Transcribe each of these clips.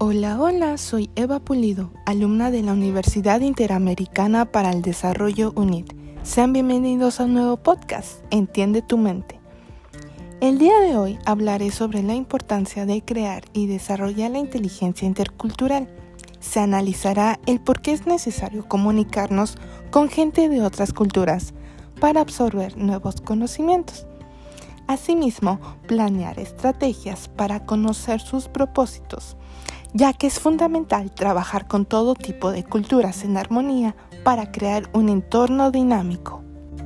Hola, soy Eva Pulido, alumna de la Universidad Interamericana para el Desarrollo UNIT. Sean bienvenidos a un nuevo podcast, Entiende tu mente. El día de hoy hablaré sobre la importancia de crear y desarrollar la inteligencia intercultural. Se analizará el por qué es necesario comunicarnos con gente de otras culturas para absorber nuevos conocimientos. Asimismo, planear estrategias para conocer sus propósitos, ya que es fundamental trabajar con todo tipo de culturas en armonía para crear un entorno dinámico.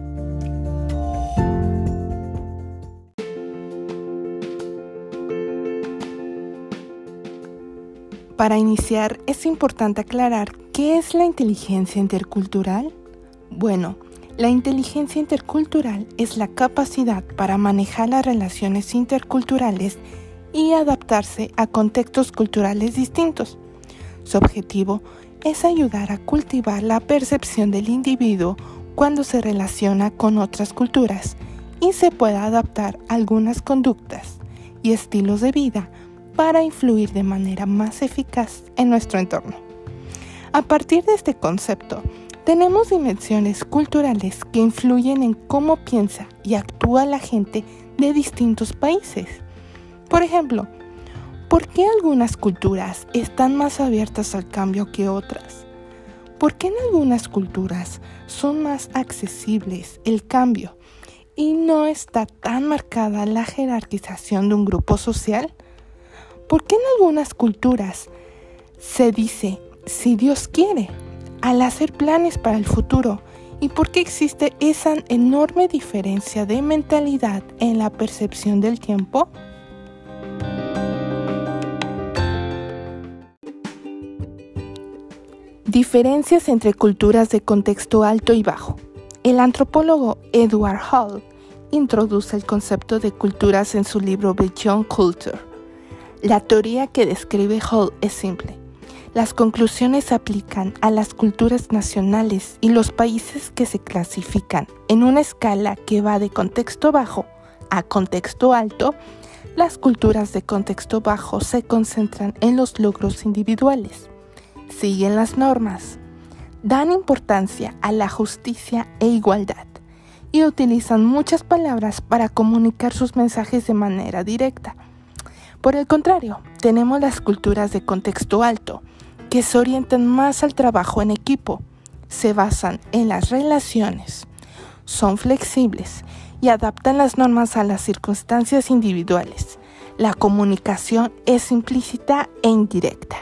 Para iniciar, es importante aclarar qué es la inteligencia intercultural. Bueno, la inteligencia intercultural es la capacidad para manejar las relaciones interculturales y adaptarse a contextos culturales distintos. Su objetivo es ayudar a cultivar la percepción del individuo cuando se relaciona con otras culturas y se pueda adaptar a algunas conductas y estilos de vida para influir de manera más eficaz en nuestro entorno. A partir de este concepto, tenemos dimensiones culturales que influyen en cómo piensa y actúa la gente de distintos países. Por ejemplo, ¿por qué algunas culturas están más abiertas al cambio que otras? ¿Por qué en algunas culturas son más accesibles el cambio y no está tan marcada la jerarquización de un grupo social? ¿Por qué en algunas culturas se dice si Dios quiere al hacer planes para el futuro? ¿Y por qué existe esa enorme diferencia de mentalidad en la percepción del tiempo? Diferencias entre culturas de contexto alto y bajo. El antropólogo Edward Hall introduce el concepto de culturas en su libro Beyond Culture. La teoría que describe Hall es simple. Las conclusiones se aplican a las culturas nacionales y los países que se clasifican en una escala que va de contexto bajo a contexto alto. Las culturas de contexto bajo se concentran en los logros individuales, siguen las normas, dan importancia a la justicia e igualdad y utilizan muchas palabras para comunicar sus mensajes de manera directa. Por el contrario, tenemos las culturas de contexto alto, que se orientan más al trabajo en equipo, se basan en las relaciones, son flexibles y adaptan las normas a las circunstancias individuales. La comunicación es implícita e indirecta.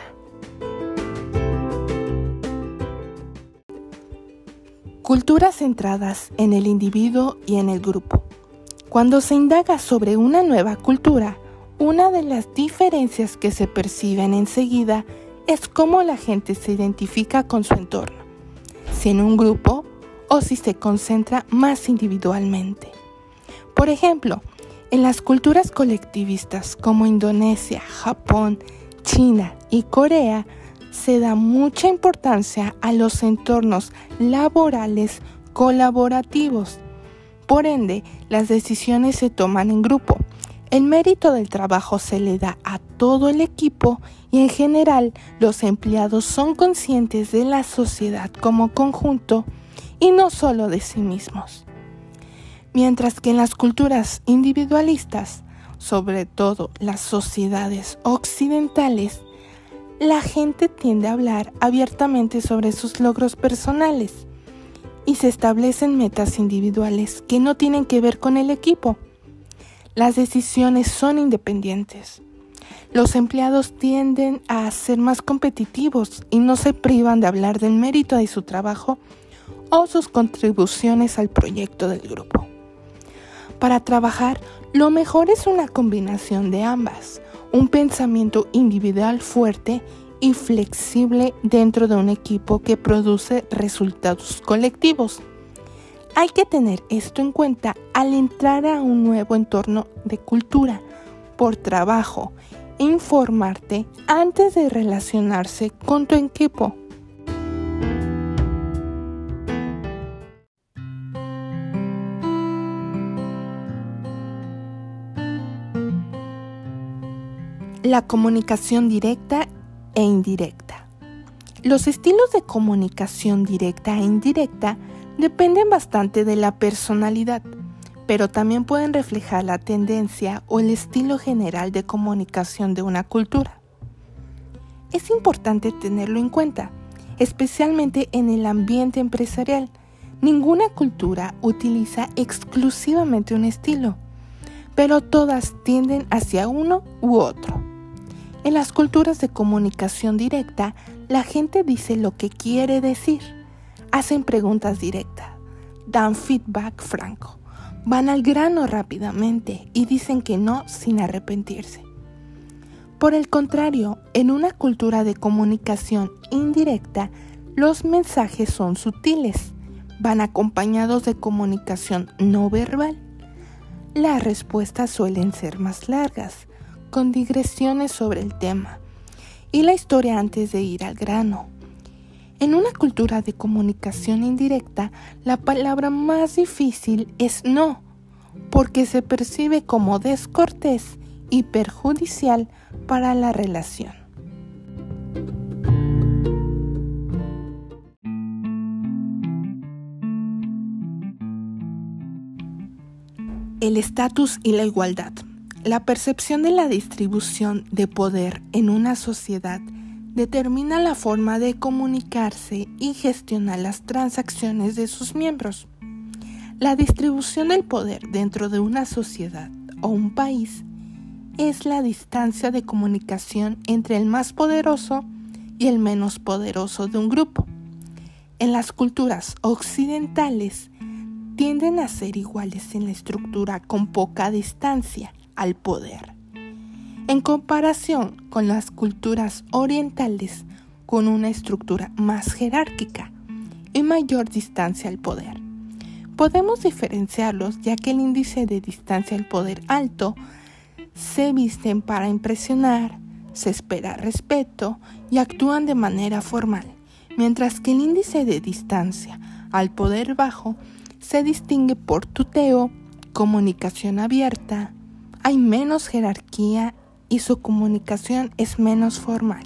Culturas centradas en el individuo y en el grupo. Cuando se indaga sobre una nueva cultura, una de las diferencias que se perciben enseguida es cómo la gente se identifica con su entorno, si en un grupo o si se concentra más individualmente. Por ejemplo, en las culturas colectivistas como Indonesia, Japón, China y Corea, se da mucha importancia a los entornos laborales colaborativos. Por ende, las decisiones se toman en grupo. El mérito del trabajo se le da a todo el equipo y en general los empleados son conscientes de la sociedad como conjunto y no solo de sí mismos. Mientras que en las culturas individualistas, sobre todo las sociedades occidentales, la gente tiende a hablar abiertamente sobre sus logros personales y se establecen metas individuales que no tienen que ver con el equipo. Las decisiones son independientes. Los empleados tienden a ser más competitivos y no se privan de hablar del mérito de su trabajo o sus contribuciones al proyecto del grupo. Para trabajar, lo mejor es una combinación de ambas, un pensamiento individual fuerte y flexible dentro de un equipo que produce resultados colectivos. Hay que tener esto en cuenta al entrar a un nuevo entorno de cultura, por trabajo, e informarte antes de relacionarse con tu equipo. La comunicación directa e indirecta. Los estilos de comunicación directa e indirecta dependen bastante de la personalidad, pero también pueden reflejar la tendencia o el estilo general de comunicación de una cultura. Es importante tenerlo en cuenta, especialmente en el ambiente empresarial. Ninguna cultura utiliza exclusivamente un estilo, pero todas tienden hacia uno u otro. En las culturas de comunicación directa, la gente dice lo que quiere decir, hacen preguntas directas, dan feedback franco, van al grano rápidamente y dicen que no sin arrepentirse. Por el contrario, en una cultura de comunicación indirecta, los mensajes son sutiles, van acompañados de comunicación no verbal. Las respuestas suelen ser más largas, con digresiones sobre el tema y la historia antes de ir al grano. En una cultura de comunicación indirecta, la palabra más difícil es no, porque se percibe como descortés y perjudicial para la relación. El estatus y la igualdad. La percepción de la distribución de poder en una sociedad determina la forma de comunicarse y gestionar las transacciones de sus miembros. La distribución del poder dentro de una sociedad o un país es la distancia de comunicación entre el más poderoso y el menos poderoso de un grupo. En las culturas occidentales tienden a ser iguales en la estructura con poca distancia al poder, en comparación con las culturas orientales con una estructura más jerárquica y mayor distancia al poder. Podemos diferenciarlos ya que el índice de distancia al poder alto se visten para impresionar, se espera respeto y actúan de manera formal, mientras que el índice de distancia al poder bajo se distingue por tuteo, comunicación abierta, hay menos jerarquía y su comunicación es menos formal.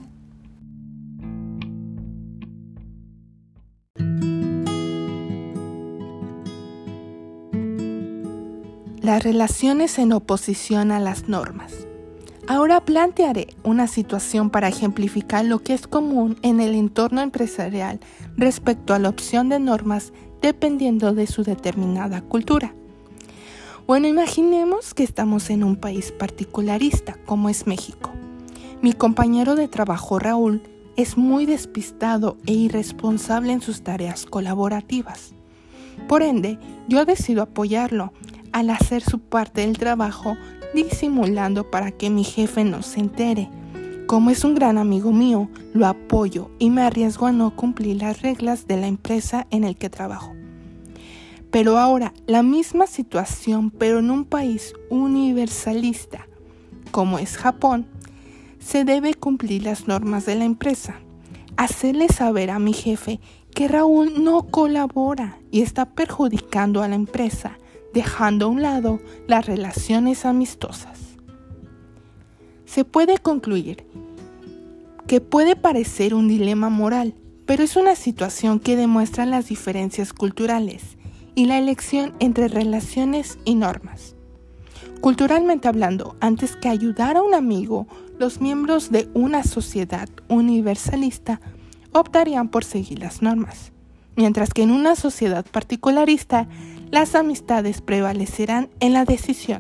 Las relaciones en oposición a las normas. Ahora plantearé una situación para ejemplificar lo que es común en el entorno empresarial respecto a la opción de normas dependiendo de su determinada cultura. Bueno, imaginemos que estamos en un país particularista, como es México. Mi compañero de trabajo, Raúl, es muy despistado e irresponsable en sus tareas colaborativas. Por ende, yo decido apoyarlo al hacer su parte del trabajo, disimulando para que mi jefe no se entere. Como es un gran amigo mío, lo apoyo y me arriesgo a no cumplir las reglas de la empresa en el que trabajo. Pero ahora, la misma situación, pero en un país universalista, como es Japón, se debe cumplir las normas de la empresa. Hacerle saber a mi jefe que Raúl no colabora y está perjudicando a la empresa, dejando a un lado las relaciones amistosas. Se puede concluir que puede parecer un dilema moral, pero es una situación que demuestra las diferencias culturales y la elección entre relaciones y normas. Culturalmente hablando, antes que ayudar a un amigo, los miembros de una sociedad universalista optarían por seguir las normas, mientras que en una sociedad particularista, las amistades prevalecerán en la decisión.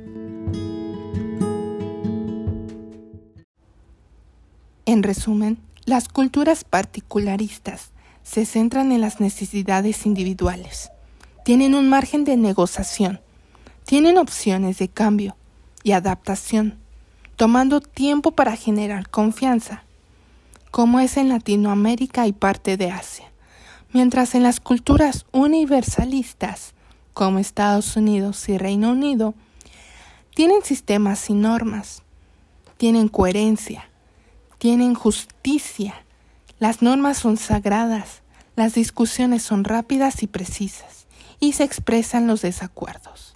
En resumen, las culturas particularistas se centran en las necesidades individuales. Tienen un margen de negociación, tienen opciones de cambio y adaptación, tomando tiempo para generar confianza, como es en Latinoamérica y parte de Asia. Mientras en las culturas universalistas, como Estados Unidos y Reino Unido, tienen sistemas y normas, tienen coherencia, tienen justicia, las normas son sagradas, las discusiones son rápidas y precisas, y se expresan los desacuerdos.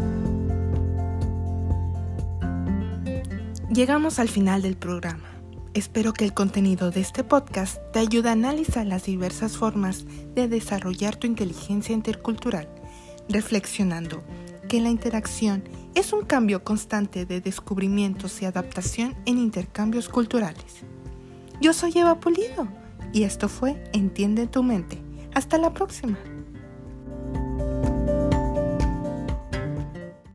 Llegamos al final del programa. Espero que el contenido de este podcast te ayude a analizar las diversas formas de desarrollar tu inteligencia intercultural, reflexionando que la interacción es un cambio constante de descubrimientos y adaptación en intercambios culturales. Yo soy Eva Pulido y esto fue Entiende tu mente. Hasta la próxima.